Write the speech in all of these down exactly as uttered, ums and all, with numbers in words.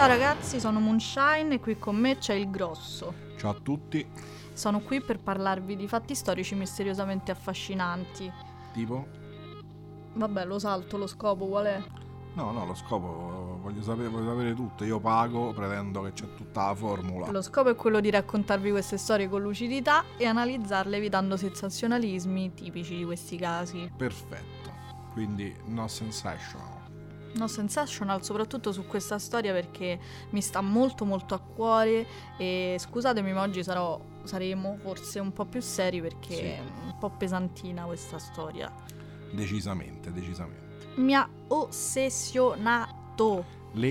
Ciao ragazzi, sono Moonshine e qui con me c'è il Grosso. Ciao a tutti. Sono qui per parlarvi di fatti storici misteriosamente affascinanti. Tipo? Vabbè, lo salto, lo scopo qual è? No, no, lo scopo, voglio sapere, voglio sapere tutto. Io pago, pretendo che c'è tutta la formula. Lo scopo è quello di raccontarvi queste storie con lucidità e analizzarle evitando sensazionalismi tipici di questi casi. Perfetto. Quindi no sensational. No sensational, soprattutto su questa storia perché mi sta molto molto a cuore e scusatemi ma oggi sarò, saremo forse un po' più seri perché Sì. è un po' pesantina questa storia. Decisamente, decisamente. Mi ha ossessionato.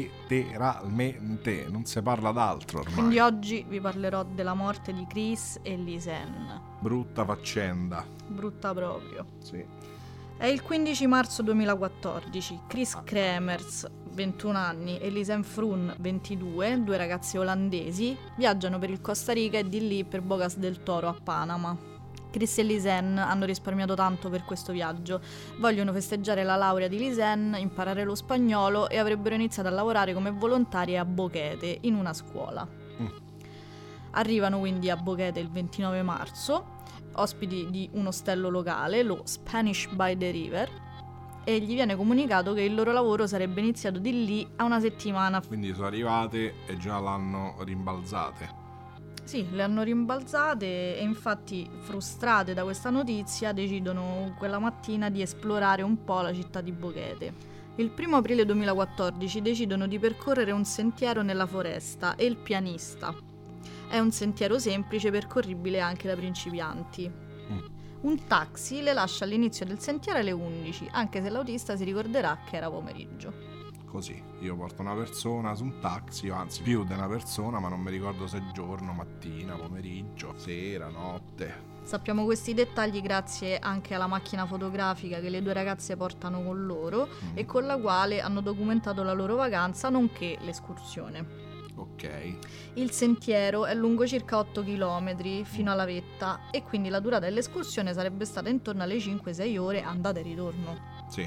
Letteralmente, non si parla d'altro ormai. Quindi oggi vi parlerò della morte di Chris e Lisanne. Brutta faccenda. Brutta proprio. Sì. È il quindici marzo duemilaquattordici. Chris Kremers, ventuno anni, e Lisanne Froon, ventidue, due ragazzi olandesi, viaggiano per il Costa Rica e di lì per Bocas del Toro a Panama. Chris e Lisanne hanno risparmiato tanto per questo viaggio, vogliono festeggiare la laurea di Lisanne, imparare lo spagnolo e avrebbero iniziato a lavorare come volontarie a Boquete, in una scuola. Mm. Arrivano quindi a Boquete il ventinove marzo, ospiti di un ostello locale, lo Spanish by the River, e gli viene comunicato che il loro lavoro sarebbe iniziato di lì a una settimana. Quindi sono arrivate e già l'hanno rimbalzate. Sì, le hanno rimbalzate e infatti, frustrate da questa notizia, decidono quella mattina di esplorare un po' la città di Boquete. Il primo aprile duemilaquattordici decidono di percorrere un sentiero nella foresta e il pianista. È un sentiero semplice, percorribile anche da principianti. Mm. Un taxi le lascia all'inizio del sentiero alle undici, anche se l'autista si ricorderà che era pomeriggio. Così, io porto una persona su un taxi, o anzi più di una persona, ma non mi ricordo se è giorno, mattina, pomeriggio, sera, notte. Sappiamo questi dettagli grazie anche alla macchina fotografica che le due ragazze portano con loro Mm. e con la quale hanno documentato la loro vacanza, nonché l'escursione. Ok. Il sentiero è lungo circa otto chilometri fino alla vetta e quindi la durata dell'escursione sarebbe stata intorno alle cinque sei ore andata e ritorno. Sì.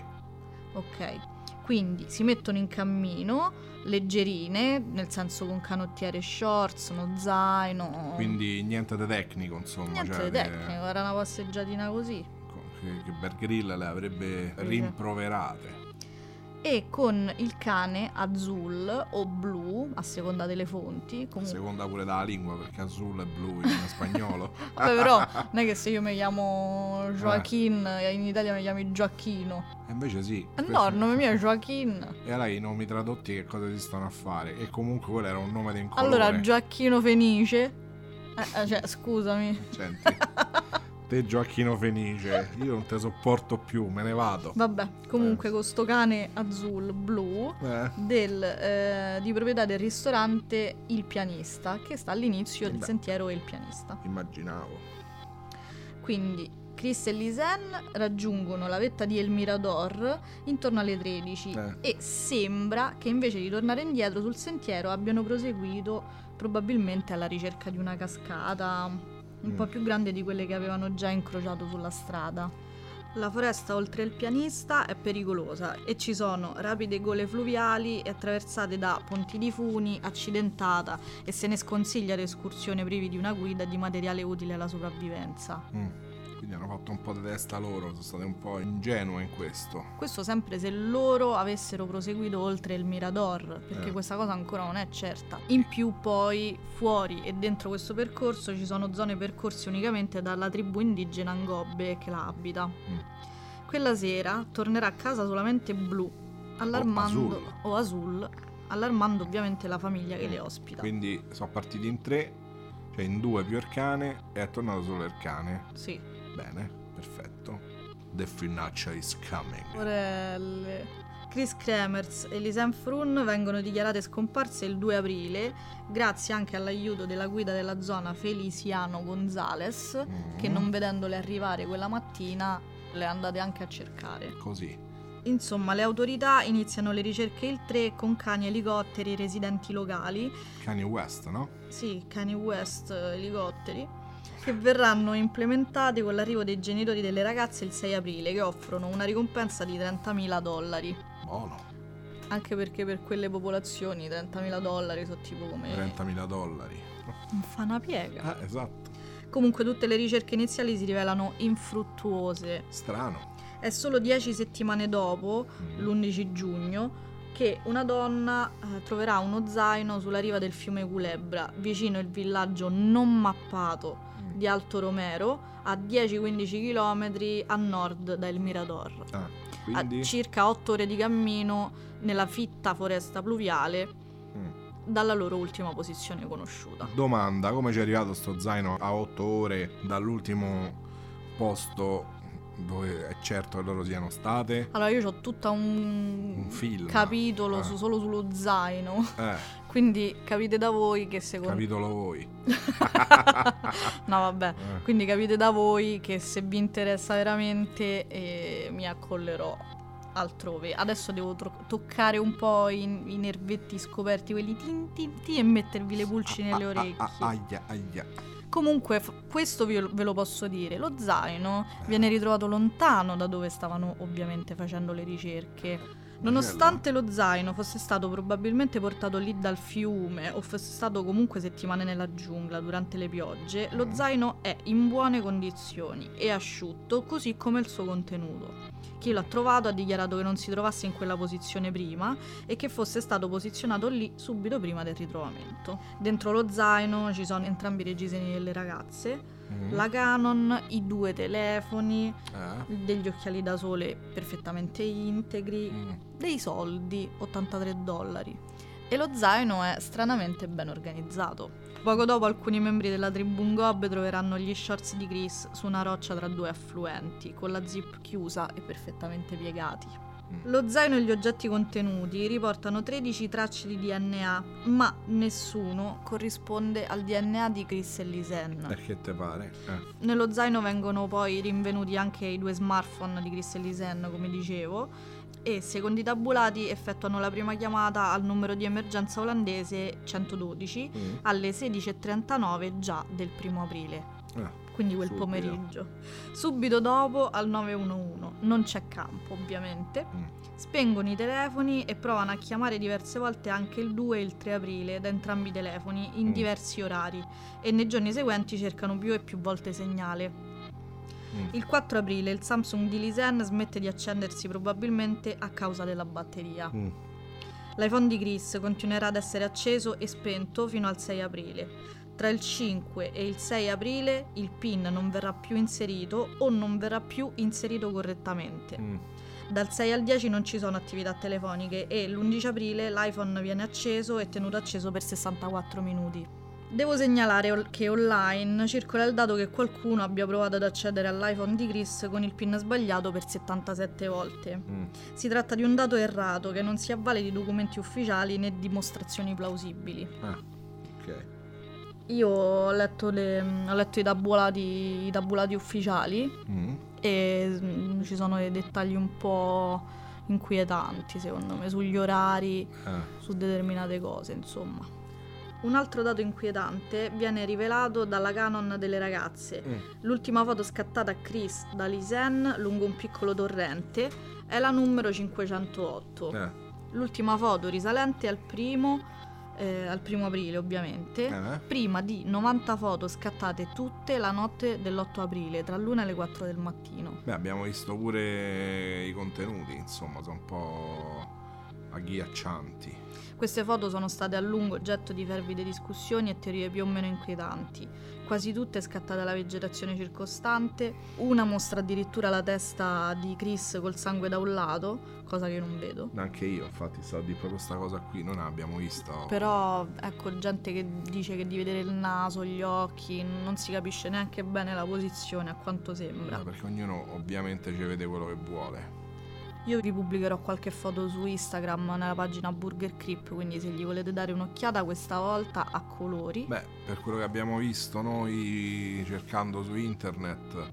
Ok. Quindi si mettono in cammino, leggerine, nel senso con canottiere shorts, uno zaino. Quindi niente di tecnico, insomma. Niente cioè di che- tecnico, era una passeggiatina così. Che, che Bear Grylls le avrebbe Sì. rimproverate. E con il cane Azul o Blu, a seconda delle fonti. Comunque. Seconda pure dalla lingua, perché azzurro è blu in spagnolo. Vabbè, però non è che se io mi chiamo Joaquin e in Italia mi chiami Gioacchino. E invece sì. Eh no, il nome mio è Joaquin. E allora i nomi tradotti che cosa si stanno a fare? E comunque quello era un nome di incolore. Allora, Gioacchino Fenice. Eh, eh, cioè, scusami. Senti, te Gioacchino Fenice, io non te sopporto più, me ne vado. Vabbè, comunque con sto cane Azul Blu Eh. del, eh, di proprietà del ristorante Il Pianista, che sta all'inizio del Beh. sentiero Il Pianista. Immaginavo. Quindi Chris e Lisanne raggiungono la vetta di El Mirador intorno alle tredici Eh. e sembra che invece di tornare indietro sul sentiero abbiano proseguito probabilmente alla ricerca di una cascata un Mm. po' più grande di quelle che avevano già incrociato sulla strada. La foresta oltre il pianista è pericolosa e ci sono rapide gole fluviali e attraversate da ponti di funi, accidentata, e se ne sconsiglia l'escursione privi di una guida e di materiale utile alla sopravvivenza. Mm. Quindi hanno fatto un po' di testa loro, sono state un po' ingenue in questo. Questo sempre se loro avessero proseguito oltre il Mirador, perché Eh. questa cosa ancora non è certa. In più poi fuori e dentro questo percorso ci sono zone percorse unicamente dalla tribù indigena Ngobe che la abita. Mm. Quella sera tornerà a casa solamente Blu, allarmando Azul. o Azul, allarmando ovviamente la famiglia che le ospita. Quindi sono partiti in tre, cioè in due più il cane, e è tornato solo il cane. Sì. Bene, perfetto. The Finaccia is coming. Sorelle. Chris Kremers e Lisanne Froon vengono dichiarate scomparse il due aprile grazie anche all'aiuto della guida della zona Feliciano Gonzalez, Mm. che non vedendole arrivare quella mattina le andate anche a cercare. Così. Insomma, le autorità iniziano le ricerche il tre con cani elicotteri e residenti locali. Kanye West, no? Sì, cani West elicotteri. Che verranno implementati con l'arrivo dei genitori delle ragazze il sei aprile, che offrono una ricompensa di trentamila dollari. Buono. Anche perché per quelle popolazioni trentamila dollari sono tipo come... trentamila dollari. Non fa una piega. Eh, esatto. Comunque tutte le ricerche iniziali si rivelano infruttuose. Strano. È solo dieci settimane dopo, Mm. l'undici giugno, che una donna eh, troverà uno zaino sulla riva del fiume Culebra, vicino il villaggio non mappato Mm. di Alto Romero, a dieci quindici chilometri a nord da El Mirador. Ah, A quindi... circa otto ore di cammino nella fitta foresta pluviale Mm. dalla loro ultima posizione conosciuta. Domanda, come ci è arrivato sto zaino a otto ore dall'ultimo posto dove è certo che loro siano state? Allora io ho tutto un, Un film. capitolo Ah. su- solo sullo zaino, Eh, quindi capite da voi che secondo... capitolo voi. No vabbè, Eh. quindi capite da voi che se vi interessa veramente eh, mi accollerò altrove. Adesso devo tro- toccare un po' i, i nervetti scoperti, quelli tin tin tin, e mettervi le pulci nelle Ah, ah, orecchie. ah, ah, aia, aia. Comunque f- questo vi- ve lo posso dire, lo zaino viene ritrovato lontano da dove stavano ovviamente facendo le ricerche. Nonostante lo zaino fosse stato probabilmente portato lì dal fiume o fosse stato comunque settimane nella giungla durante le piogge, lo Mm. zaino è in buone condizioni e asciutto, così come il suo contenuto. Chi l'ha trovato ha dichiarato che non si trovasse in quella posizione prima e che fosse stato posizionato lì subito prima del ritrovamento. Dentro lo zaino ci sono entrambi i reggiseni delle ragazze, Mm. la Canon, i due telefoni, Eh? degli occhiali da sole perfettamente integri, Mm. dei soldi, ottantatré dollari. E lo zaino è stranamente ben organizzato. Poco dopo alcuni membri della tribù Ngob troveranno gli shorts di Chris su una roccia tra due affluenti, con la zip chiusa e perfettamente piegati. Mm. Lo zaino e gli oggetti contenuti riportano tredici tracce di D N A, ma nessuno corrisponde al D N A di Chris e Lisanne. Perché te pare? Eh. Nello zaino vengono poi rinvenuti anche i due smartphone di Chris e Lisanne, come dicevo, e secondo i tabulati effettuano la prima chiamata al numero di emergenza olandese centododici Mm. alle sedici e trentanove già del primo aprile. Ah, Quindi quel subito. pomeriggio. Subito dopo al nove uno uno. Non c'è campo, ovviamente. Mm. Spengono i telefoni e provano a chiamare diverse volte anche il due e il tre aprile da entrambi i telefoni in Mm. diversi orari e nei giorni seguenti cercano più e più volte segnale. Mm. Il quattro aprile il Samsung di Lisanne smette di accendersi probabilmente a causa della batteria. Mm. L'iPhone di Chris continuerà ad essere acceso e spento fino al sei aprile. Tra il cinque e il sei aprile il PIN non verrà più inserito o non verrà più inserito correttamente. Mm. Dal sei al dieci non ci sono attività telefoniche e l'undici aprile l'iPhone viene acceso e tenuto acceso per sessantaquattro minuti. Devo segnalare ol- che online circola il dato che qualcuno abbia provato ad accedere all'iPhone di Chris con il PIN sbagliato per settantasette volte. Mm. Si tratta di un dato errato che non si avvale di documenti ufficiali né dimostrazioni plausibili. Ah, ok. Io ho letto, le- ho letto i, tabulati, i tabulati ufficiali Mm. e mm, ci sono dei dettagli un po' inquietanti secondo me sugli orari, Ah. su determinate cose, insomma. Un altro dato inquietante viene rivelato dalla Canon delle ragazze. Mm. L'ultima foto scattata a Chris da Lisanne lungo un piccolo torrente è la numero cinquecentootto. Eh. L'ultima foto risalente al primo, eh, al primo aprile ovviamente, Eh. prima di novanta foto scattate tutte la notte dell'otto aprile, tra l'una e le quattro del mattino. Beh, abbiamo visto pure i contenuti, insomma, sono un po' agghiaccianti. Queste foto sono state a lungo oggetto di fervide discussioni e teorie più o meno inquietanti, quasi tutte scattate alla vegetazione circostante. Una mostra addirittura la testa di Chris col sangue da un lato, cosa che io non vedo. Anche io, infatti, sto a dire proprio questa cosa qui, non abbiamo visto. Però, ecco, gente che dice che di vedere il naso, gli occhi, non si capisce neanche bene la posizione, a quanto sembra. Eh, perché ognuno ovviamente ci vede quello che vuole. Io vi pubblicherò qualche foto su Instagram nella pagina Burger Creep, quindi se gli volete dare un'occhiata questa volta a colori. Beh, per quello che abbiamo visto noi cercando su internet,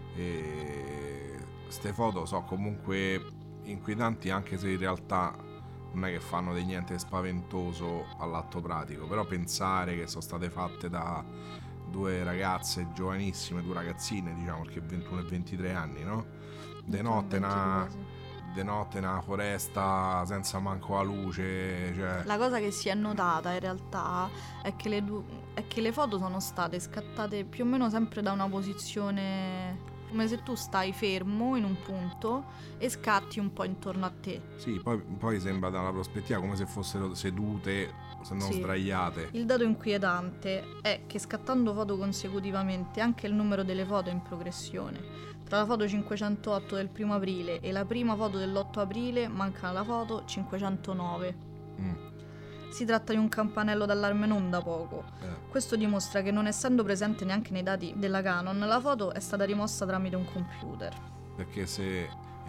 e ste foto so comunque inquietanti, anche se in realtà non è che fanno di niente spaventoso all'atto pratico, però pensare che sono state fatte da due ragazze giovanissime, due ragazzine, diciamo, perché ventuno e ventitré anni, no? De notte, una, de notte nella foresta senza manco la luce, cioè... La cosa che si è notata in realtà è che le, du- è che le foto sono state scattate più o meno sempre da una posizione come se tu stai fermo in un punto e scatti un po' intorno a te. Sì, poi, poi sembra dalla prospettiva come se fossero sedute, se non Sì. sdraiate. Il dato inquietante è che scattando foto consecutivamente anche il numero delle foto è in progressione. Tra la foto cinquecentotto del primo aprile e la prima foto dell'otto aprile manca la foto cinquecentonove. Mm. Si tratta di un campanello d'allarme non da poco. Eh. Questo dimostra che non essendo presente neanche nei dati della Canon, la foto è stata rimossa tramite un computer. Perché se,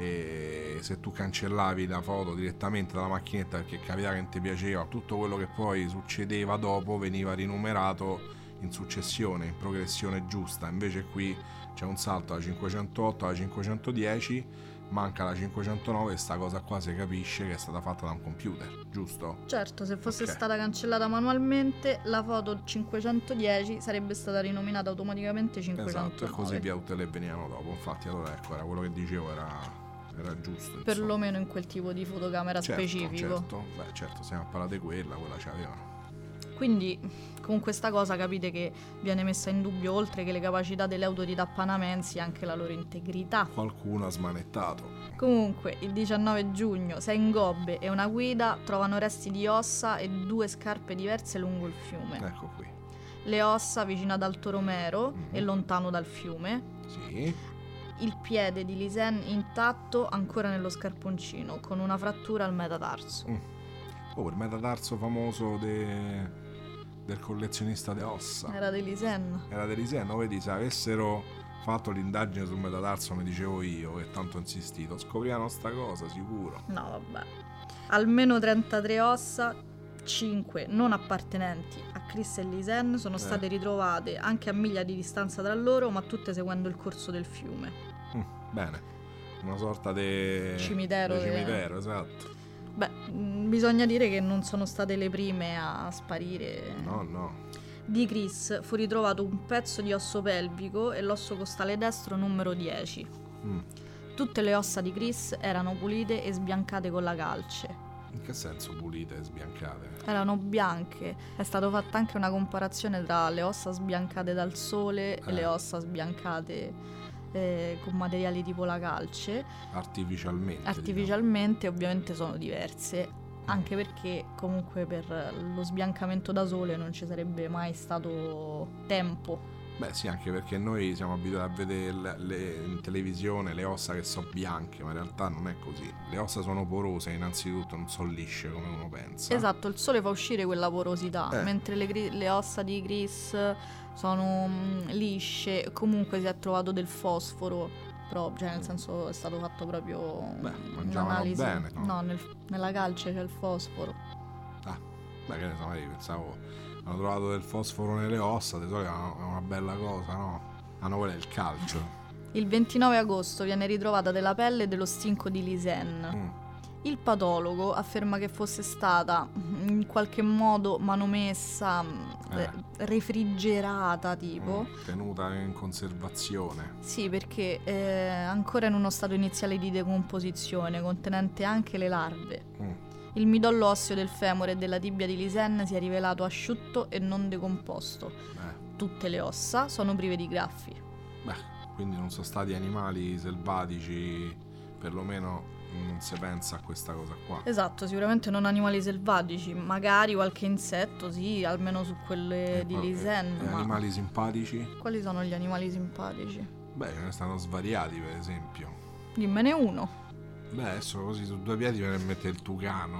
eh, se tu cancellavi la foto direttamente dalla macchinetta perché capitava che non ti piaceva, tutto quello che poi succedeva dopo veniva rinumerato in successione, in progressione giusta. Invece qui c'è un salto alla cinquecentotto, alla cinquecentodieci, manca la cinquecentonove e sta cosa qua si capisce che è stata fatta da un computer, giusto? Certo, se fosse Ok. stata cancellata manualmente, la foto cinquecentodieci sarebbe stata rinominata automaticamente cinquecentonove. Esatto, e così via tutte le venivano dopo. Infatti allora ecco, era quello che dicevo, era, era giusto. Perlomeno in quel tipo di fotocamera certo, specifico. Certo, beh certo, stiamo a parlare di quella, quella c'avevano. Quindi con questa cosa capite che viene messa in dubbio, oltre che le capacità delle autorità panamensi, anche la loro integrità. Qualcuno ha smanettato. Comunque il diciannove giugno sei ingobbe e una guida trovano resti di ossa e due scarpe diverse lungo il fiume. Ecco qui. Le ossa vicino ad Alto Romero Mhm. e lontano dal fiume. Sì. Il piede di Lisen intatto ancora nello scarponcino con una frattura al metatarso. Mm. Oh, il metatarso famoso de... del collezionista di ossa. Era di Lisen. Era dell'Iseno, vedi, se avessero fatto l'indagine sul metatarso, come dicevo io, che tanto ho insistito, scoprivano sta cosa, sicuro. No, vabbè. Almeno trentatré ossa, cinque non appartenenti a Chris e Lisen, sono Eh. state ritrovate anche a miglia di distanza tra loro, ma tutte seguendo il corso del fiume. Mm, bene, una sorta di Cimitero de de- cimitero, esatto. Beh, mh, bisogna dire che non sono state le prime a sparire. No, no. Di Chris fu ritrovato un pezzo di osso pelvico e l'osso costale destro numero dieci. Mm. Tutte le ossa di Chris erano pulite e sbiancate con la calce. In che senso pulite e sbiancate? Erano bianche. È stata fatta anche una comparazione tra le ossa sbiancate dal sole Eh. e le ossa sbiancate eh, con materiali tipo la calce. Artificialmente. Artificialmente ovviamente sono diverse. Anche perché comunque per lo sbiancamento da sole non ci sarebbe mai stato tempo. diciamo. Beh sì, anche perché noi siamo abituati a vedere le, le- in televisione le ossa che sono bianche, ma in realtà non è così. Le ossa sono porose innanzitutto, non sono lisce come uno pensa. Esatto, il sole fa uscire quella porosità, Eh. mentre le, gri- le ossa di Chris sono mm, lisce. Comunque si è trovato del fosforo, però, cioè nel senso è stato fatto proprio Beh, mangiavano un'analisi. bene, no? No, nel- nella calce c'è il fosforo. Ah, beh, che ne so, magari pensavo hanno trovato del fosforo nelle ossa, di solito è una bella cosa, no? Ah no, quello è il calcio. Il ventinove agosto viene ritrovata della pelle dello stinco di Lisen. Mm. Il patologo afferma che fosse stata mm, in qualche modo manomessa, mm, Eh. refrigerata tipo. Mm, tenuta in conservazione. Sì, perché è ancora in uno stato iniziale di decomposizione, contenente anche le larve. Mm. Il midollo osseo del femore e della tibia di Lisen si è rivelato asciutto e non decomposto. Beh, Tutte le ossa sono prive di graffi. beh, quindi non sono stati animali selvatici, perlomeno non si pensa a questa cosa qua. Esatto, sicuramente non animali selvatici, magari qualche insetto, sì, almeno su quelle E di poi- Lisen. e Ma animali simpatici? quali sono gli animali simpatici? Beh, ce ne stanno svariati, per esempio. Dimmene uno, Beh, adesso così su due piedi viene a mettere il tucano.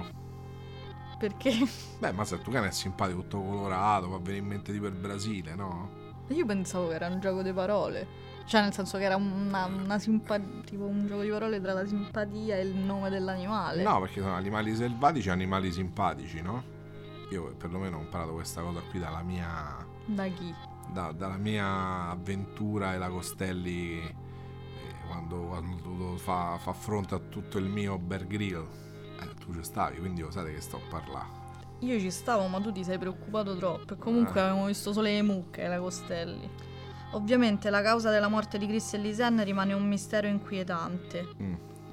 perché Beh, ma se il tucano è simpatico, tutto colorato, va a venire in mente tipo il Brasile, no? io pensavo che era un gioco di parole. Cioè, nel senso che era una, una simpa- tipo un gioco di parole tra la simpatia e il nome dell'animale. No, perché sono animali selvatici e animali simpatici, no? Io perlomeno ho imparato questa cosa qui dalla mia, Da chi? da- dalla mia avventura ai Lagostelli, eh, quando, quando ho dovuto fa, fa fronte a tutto il mio Bear Grill. Eh, tu ci stavi, quindi lo sapete che sto a parlare. Io ci stavo, ma tu ti sei preoccupato troppo. E comunque Eh. avevamo visto solo le mucche e la Costelli. Ovviamente la causa della morte di Chris e Lisen rimane un mistero inquietante. Mm.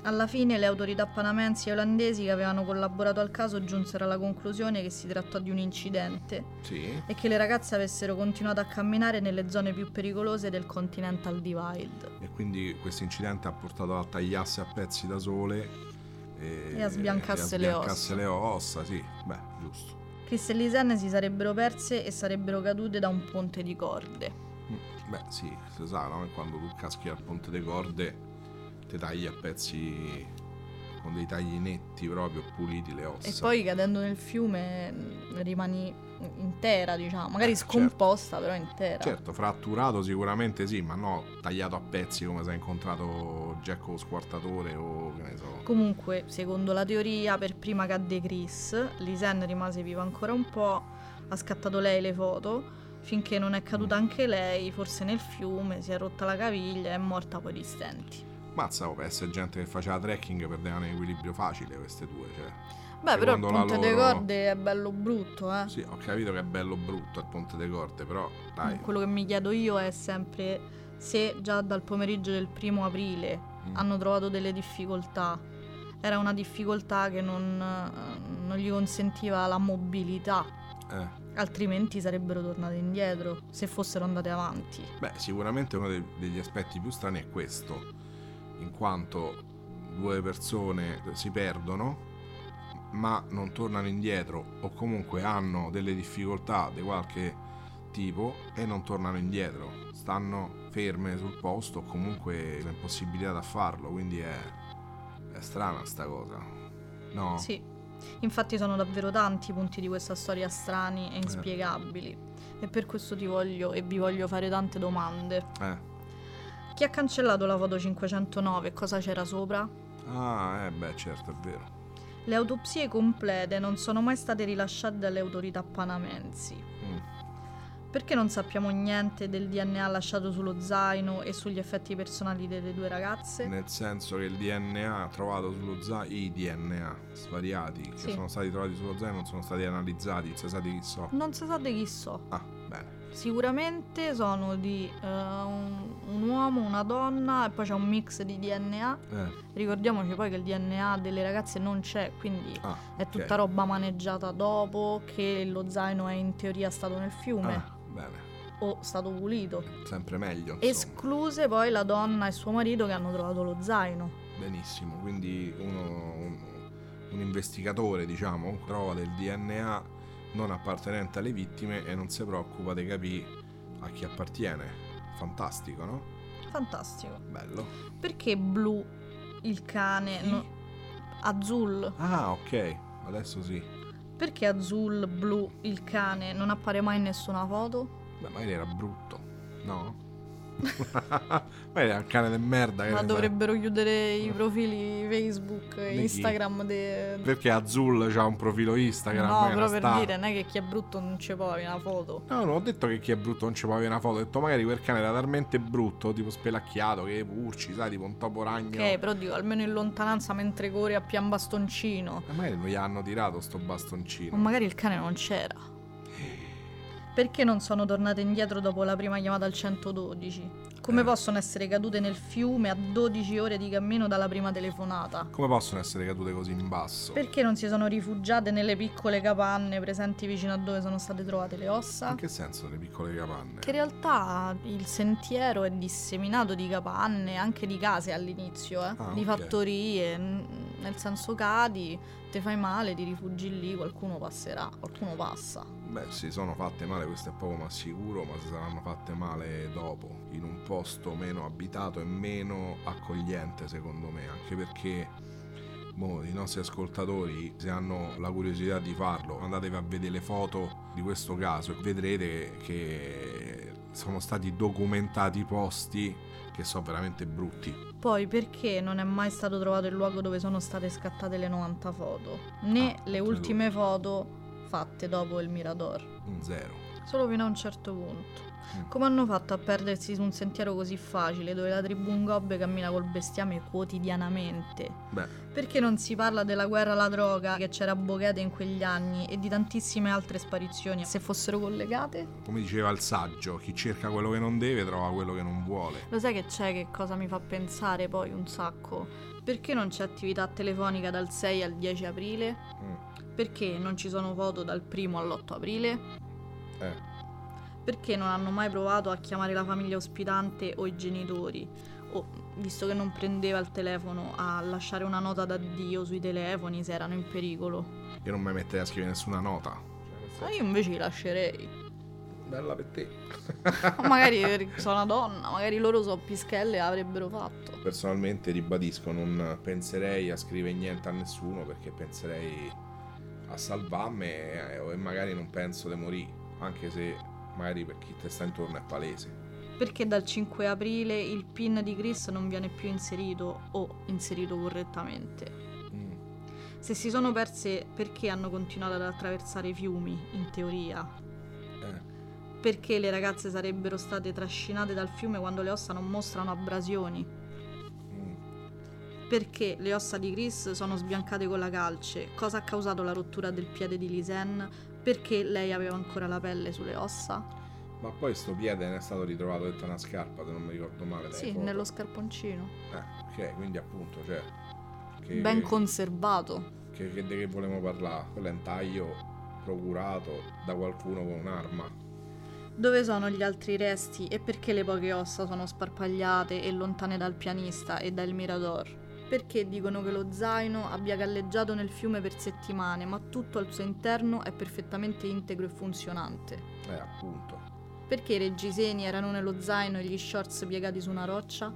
Alla fine le autorità panamensi e olandesi che avevano collaborato al caso giunsero alla conclusione che si trattò di un incidente Sì. e che le ragazze avessero continuato a camminare nelle zone più pericolose del Continental Divide. E quindi questo incidente ha portato a tagliarsi a pezzi da sole e, E a sbiancasse e a le sbiancasse ossa. le ossa, sì, beh, giusto. Chris e Lisanne si sarebbero perse e sarebbero cadute da un ponte di corde. Mm, Beh, sì, si sa, no? Quando tu caschi al ponte delle corde te tagli a pezzi con dei tagli netti proprio, puliti le ossa. E poi cadendo nel fiume mh, rimani intera, diciamo, magari Eh, scomposta, però intera. Certo, fratturato sicuramente sì, ma no tagliato a pezzi come se hai incontrato Jack lo squartatore o che ne so. Comunque, secondo la teoria, per prima cadde Chris, Lisanne rimase viva ancora un po', ha scattato lei le foto, finché non è caduta anche lei, forse nel fiume, si è rotta la caviglia e è morta poi di stenti. Mazza, oh, per essere gente che faceva trekking perdevano equilibrio facile queste due, cioè. Beh, però il Secondo la ponte delle loro- corde è bello brutto, eh. Sì, ho capito che è bello brutto il ponte delle corde, però dai. Quello che mi chiedo io è sempre se già dal pomeriggio del primo aprile Mm. hanno trovato delle difficoltà. Era una difficoltà che non, eh, non gli consentiva la mobilità, Eh, altrimenti sarebbero tornate indietro se fossero andate avanti. beh, sicuramente uno dei- degli aspetti più strani è questo, in quanto due persone si perdono ma non tornano indietro o comunque hanno delle difficoltà di qualche tipo e non tornano indietro, stanno ferme sul posto o comunque l'impossibilità a farlo, quindi è, è strana sta cosa, no? Sì, infatti sono davvero tanti i punti di questa storia strani e inspiegabili e per questo ti voglio e vi voglio fare tante domande. Eh. Chi ha cancellato la foto cinquecentonove e cosa c'era sopra? Ah, eh beh, certo, è vero. Le autopsie complete non sono mai state rilasciate dalle autorità panamensi. Mm. Perché non sappiamo niente del D N A lasciato sullo zaino e sugli effetti personali delle due ragazze? Nel senso che il D N A trovato sullo zaino, i D N A svariati che Sì. sono stati trovati sullo zaino non sono stati analizzati, non si sa di chi so. Non si sa di chi so. Ah, bene. Sicuramente sono di eh, un, un uomo, una donna e poi c'è un mix di D N A. Eh, Ricordiamoci poi che il D N A delle ragazze non c'è, quindi ah, è tutta ok. roba maneggiata dopo, che lo zaino è in teoria stato nel fiume Ah, bene. o stato pulito. Sempre meglio, insomma. Escluse poi la donna e suo marito che hanno trovato lo zaino. Benissimo, quindi uno, un, un investigatore, diciamo, trova del D N A non appartenente alle vittime e non si preoccupa di capire a chi appartiene. Fantastico, no? Fantastico. Bello. Perché Blue, il cane, Chi? no- Azul? Ah, ok, adesso sì. Perché Azul, Blue, il cane, non appare mai in nessuna foto? Beh, magari era brutto, no? Magari era un cane di merda. Che Ma ne sa. dovrebbero chiudere i profili Facebook e Di chi? Instagram de... Perché Azul c'ha un profilo Instagram? No, è però una per star. dire, non è che chi è brutto non ci può avere una foto. No, non ho detto che chi è brutto non ci può avere una foto. Ho detto magari quel cane era talmente brutto, tipo spelacchiato, che purci, sai, tipo un topo ragno. Ok, però dico, almeno in lontananza mentre corri a pian bastoncino. E magari non gli hanno tirato sto bastoncino. O magari il cane non c'era. Perché non sono tornate indietro dopo la prima chiamata al centododici? Come Eh. possono essere cadute nel fiume a dodici ore di cammino dalla prima telefonata? Come possono essere cadute così in basso? Perché non si sono rifugiate nelle piccole capanne presenti vicino a dove sono state trovate le In ossa? che senso le piccole capanne? Che in realtà il sentiero è disseminato di capanne, anche di case all'inizio, eh? Ah, di ok. fattorie, n- nel senso cadi, ti fai male, ti rifugi lì, qualcuno passerà, qualcuno passa. Beh, si sono fatte male, questo è poco ma sicuro, ma si saranno fatte male dopo, in un posto meno abitato e meno accogliente, secondo me, anche perché boh, i nostri ascoltatori, se hanno la curiosità di farlo, andatevi a vedere le foto di questo caso e vedrete che sono stati documentati posti che sono veramente brutti. Poi perché non è mai stato trovato il luogo dove sono state scattate le novanta foto, né Ah, le credo. ultime foto fatte dopo il Mirador? Un zero. Solo fino a un certo punto. Mm. Come hanno fatto a perdersi su un sentiero così facile, dove la tribù Ngobe cammina col bestiame quotidianamente? Beh, Perché non si parla della guerra alla droga che c'era a Boghete in quegli anni e di tantissime altre sparizioni, se fossero collegate? come diceva il saggio, chi cerca quello che non deve trova quello che non vuole. Lo sai che c'è, che cosa mi fa pensare poi un sacco? Perché non c'è attività telefonica dal sei al dieci aprile? Mm. Perché non ci sono foto dal primo all'otto aprile? Eh, Perché non hanno mai provato a chiamare la famiglia ospitante o i genitori? O, visto che non prendeva il telefono, a lasciare una nota d'addio sui telefoni se erano in pericolo? io non mi metterei a scrivere nessuna nota. Ma io invece li lascerei. Bella per te. Magari sono una donna, magari loro so pischelle e avrebbero fatto. Personalmente ribadisco, non penserei a scrivere niente a nessuno, perché penserei a salvarmi e, e magari non penso di morire, anche se magari per chi te sta intorno è palese. Perché dal cinque aprile il PIN di Chris non viene più inserito o inserito correttamente? Mm. Se si sono perse, perché hanno continuato ad attraversare i fiumi, in teoria? Eh. Perché le ragazze sarebbero state trascinate dal fiume quando le ossa non mostrano abrasioni? Mm. Perché le ossa di Chris sono sbiancate con la calce? Cosa ha causato la rottura del piede di Lisanne? Perché lei aveva ancora la pelle sulle ossa? Ma poi sto piede ne è stato ritrovato dentro una scarpa, se non mi ricordo male. dai Sì, foto. nello scarponcino. Eh, ok, quindi appunto, cioè... Che, Ben conservato. che, che di che volevamo parlare? Quello è un taglio procurato da qualcuno con un'arma. Dove sono gli altri resti e perché le poche ossa sono sparpagliate e lontane dal pianista e dal Mirador? Perché dicono che lo zaino abbia galleggiato nel fiume per settimane, ma tutto al suo interno è perfettamente integro e funzionante? Eh, appunto. Perché i reggiseni erano nello zaino e gli shorts piegati su una roccia?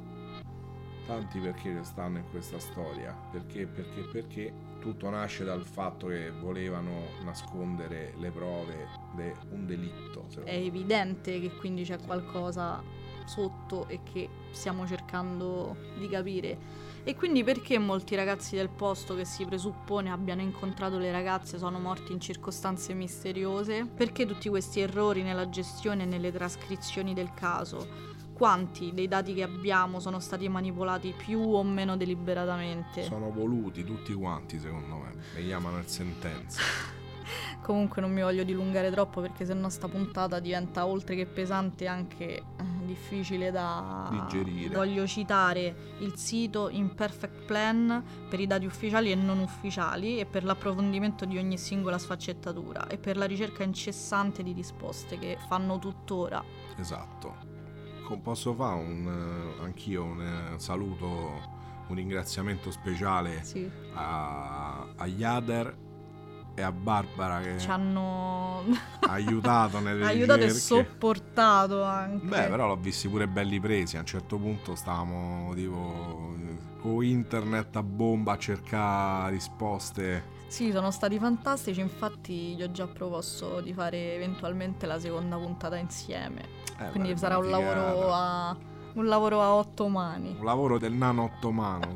Tanti perché che stanno in questa storia. Perché, perché, perché tutto nasce dal fatto che volevano nascondere le prove di un delitto. È evidente che quindi c'è qualcosa sotto e che stiamo cercando di capire. E quindi perché molti ragazzi del posto che si presuppone abbiano incontrato le ragazze sono morti in circostanze misteriose? Perché tutti questi errori nella gestione e nelle trascrizioni del caso? Quanti dei dati che abbiamo sono stati manipolati più o meno deliberatamente? Sono voluti tutti quanti, secondo me. Le chiamano il sentenza. Comunque non mi voglio dilungare troppo, perché sennò sta puntata diventa, oltre che pesante, anche eh, difficile da digerire. Voglio citare il sito Imperfect Plan per i dati ufficiali e non ufficiali e per l'approfondimento di ogni singola sfaccettatura e per la ricerca incessante di risposte che fanno tuttora. Esatto. Com- Posso fare un, eh, anch'io un eh, saluto, un ringraziamento speciale Sì. a, a Yader e a Barbara che Ci hanno ha aiutato nelle aiutato e ricerche. sopportato anche. Beh, però l'ho visti pure belli presi. A un certo punto stavamo tipo con internet a bomba a cercare risposte. Sì, sono stati fantastici, infatti gli ho già proposto di fare eventualmente la seconda puntata insieme. Eh, Quindi beh, sarà un figata. lavoro a un lavoro a otto mani. Un lavoro del nano ottomano.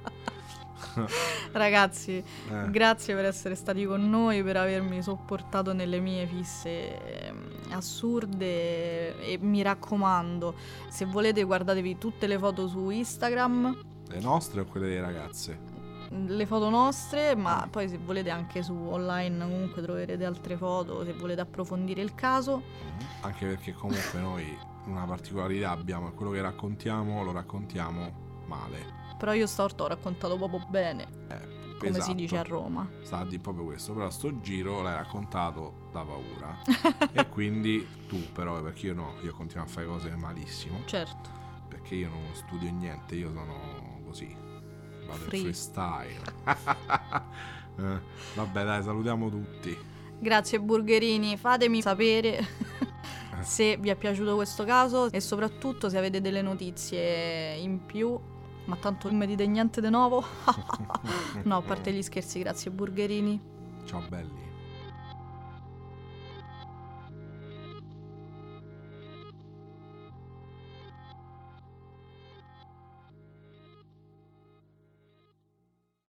Ragazzi, eh. grazie per essere stati con noi, per avermi sopportato nelle mie fisse ehm, assurde e mi raccomando, se volete guardatevi tutte le foto su Instagram, Le nostre o quelle delle ragazze? le foto nostre, ma poi se volete anche su online comunque troverete altre foto se volete approfondire il caso. Anche perché comunque noi una particolarità abbiamo, è quello che raccontiamo lo raccontiamo male. Però io stavolta ho raccontato proprio bene, Eh, come esatto. si dice a Roma. Sta a dire proprio questo, però sto giro l'hai raccontato da paura. E quindi tu però, perché io no, io continuo a fare cose malissimo. Certo. Perché io non studio niente, io sono così. Vado in Free. freestyle. eh, vabbè dai, salutiamo tutti. Grazie Burgerini, fatemi sapere se vi è piaciuto questo caso e soprattutto se avete delle notizie in più. Ma tanto non mi dite niente di nuovo? No, a parte gli scherzi, grazie Burgerini. Ciao belli.